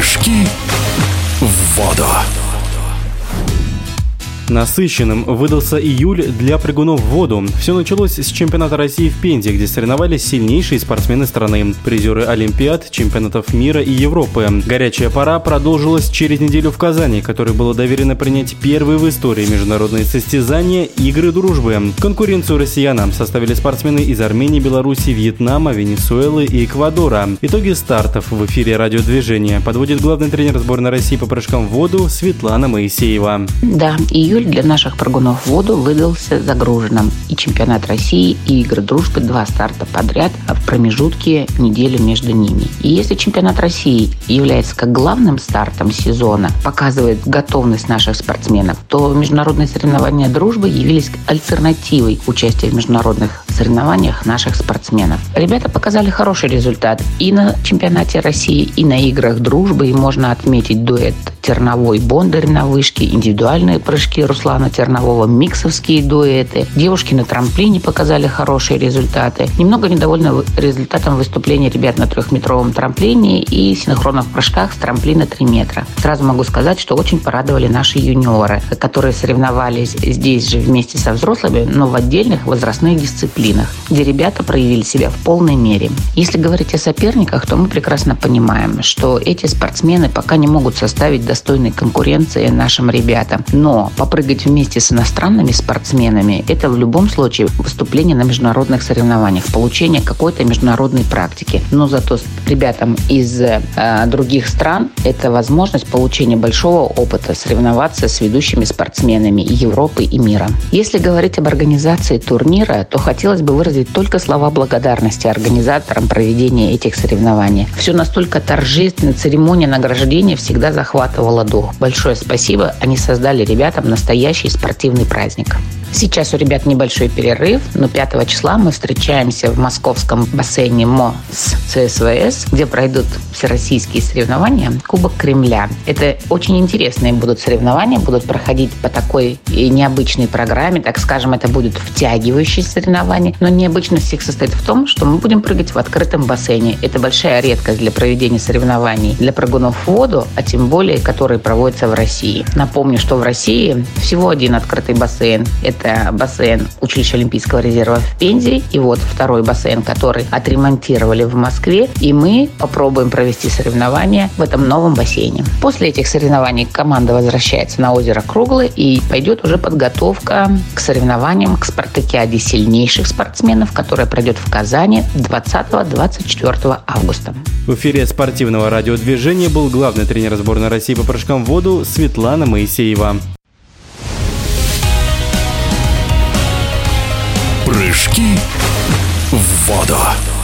Прыжки в воду. Насыщенным выдался июль для прыгунов в воду. Все началось с чемпионата России в Пензе, где соревновались сильнейшие спортсмены страны, призеры Олимпиад, чемпионатов мира и Европы. Горячая пора продолжилась через неделю в Казани, которой было доверено принять первые в истории международные состязания «Игры дружбы». Конкуренцию россиянам составили спортсмены из Армении, Беларуси, Вьетнама, Венесуэлы и Эквадора. Итоги стартов в эфире радиодвижения подводит главный тренер сборной России по прыжкам в воду Светлана Моисеева. Да, июль для наших прыгунов в воду выдался загруженным. И чемпионат России, и игры дружбы, 2 старта подряд, а в промежутке неделю между ними. И если чемпионат России является как главным стартом сезона, показывает готовность наших спортсменов, то международные соревнования дружбы явились альтернативой участия в международных соревнованиях наших спортсменов. Ребята показали хороший результат и на чемпионате России, и на играх дружбы. И можно отметить дуэт Терновой-Бондарь на вышке, индивидуальные прыжки Руслана Тернового, миксовские дуэты. Девушки на трамплине показали хорошие результаты. Немного недовольны результатом выступления ребят на 3-метровом трамплине и синхронных прыжках с трамплина 3 метра. Сразу могу сказать, что очень порадовали наши юниоры, которые соревновались здесь же вместе со взрослыми, но в отдельных возрастных дисциплинах, где ребята проявили себя в полной мере. Если говорить о соперниках, то мы прекрасно понимаем, что эти спортсмены пока не могут составить достойной конкуренции нашим ребятам. Но попрыгать вместе с иностранными спортсменами – это в любом случае выступление на международных соревнованиях, получение какой-то международной практики. Но зато ребятам из других стран это возможность получения большого опыта, соревноваться с ведущими спортсменами Европы и мира. Если говорить об организации турнира, то хотелось бы выразить только слова благодарности организаторам проведения этих соревнований. Все настолько торжественно, церемония награждения всегда захватывала дух. Большое спасибо, они создали ребятам настоящий спортивный праздник. Сейчас у ребят небольшой перерыв, но 5 числа мы встречаемся в московском бассейне МОС ЦСВС, где пройдут всероссийские соревнования «Кубок Кремля». Это очень интересные будут соревнования, будут проходить по такой необычной программе, так скажем, это будут втягивающие соревнования, но необычность их состоит в том, что мы будем прыгать в открытом бассейне. Это большая редкость для проведения соревнований для прыгунов в воду, а тем более, которые проводятся в России. Напомню, что в России всего один открытый бассейн. Это бассейн училища Олимпийского резерва в Пензе. И вот второй бассейн, который отремонтировали в Москве. И мы попробуем провести соревнования в этом новом бассейне. После этих соревнований команда возвращается на озеро Круглое и пойдет уже подготовка к соревнованиям, к спартакиаде сильнейших спортсменов, которая пройдет в Казани 20-24 августа. В эфире спортивного радиодвижения был главный тренер сборной России по прыжкам в воду Светлана Моисеева. Прыжки в воду.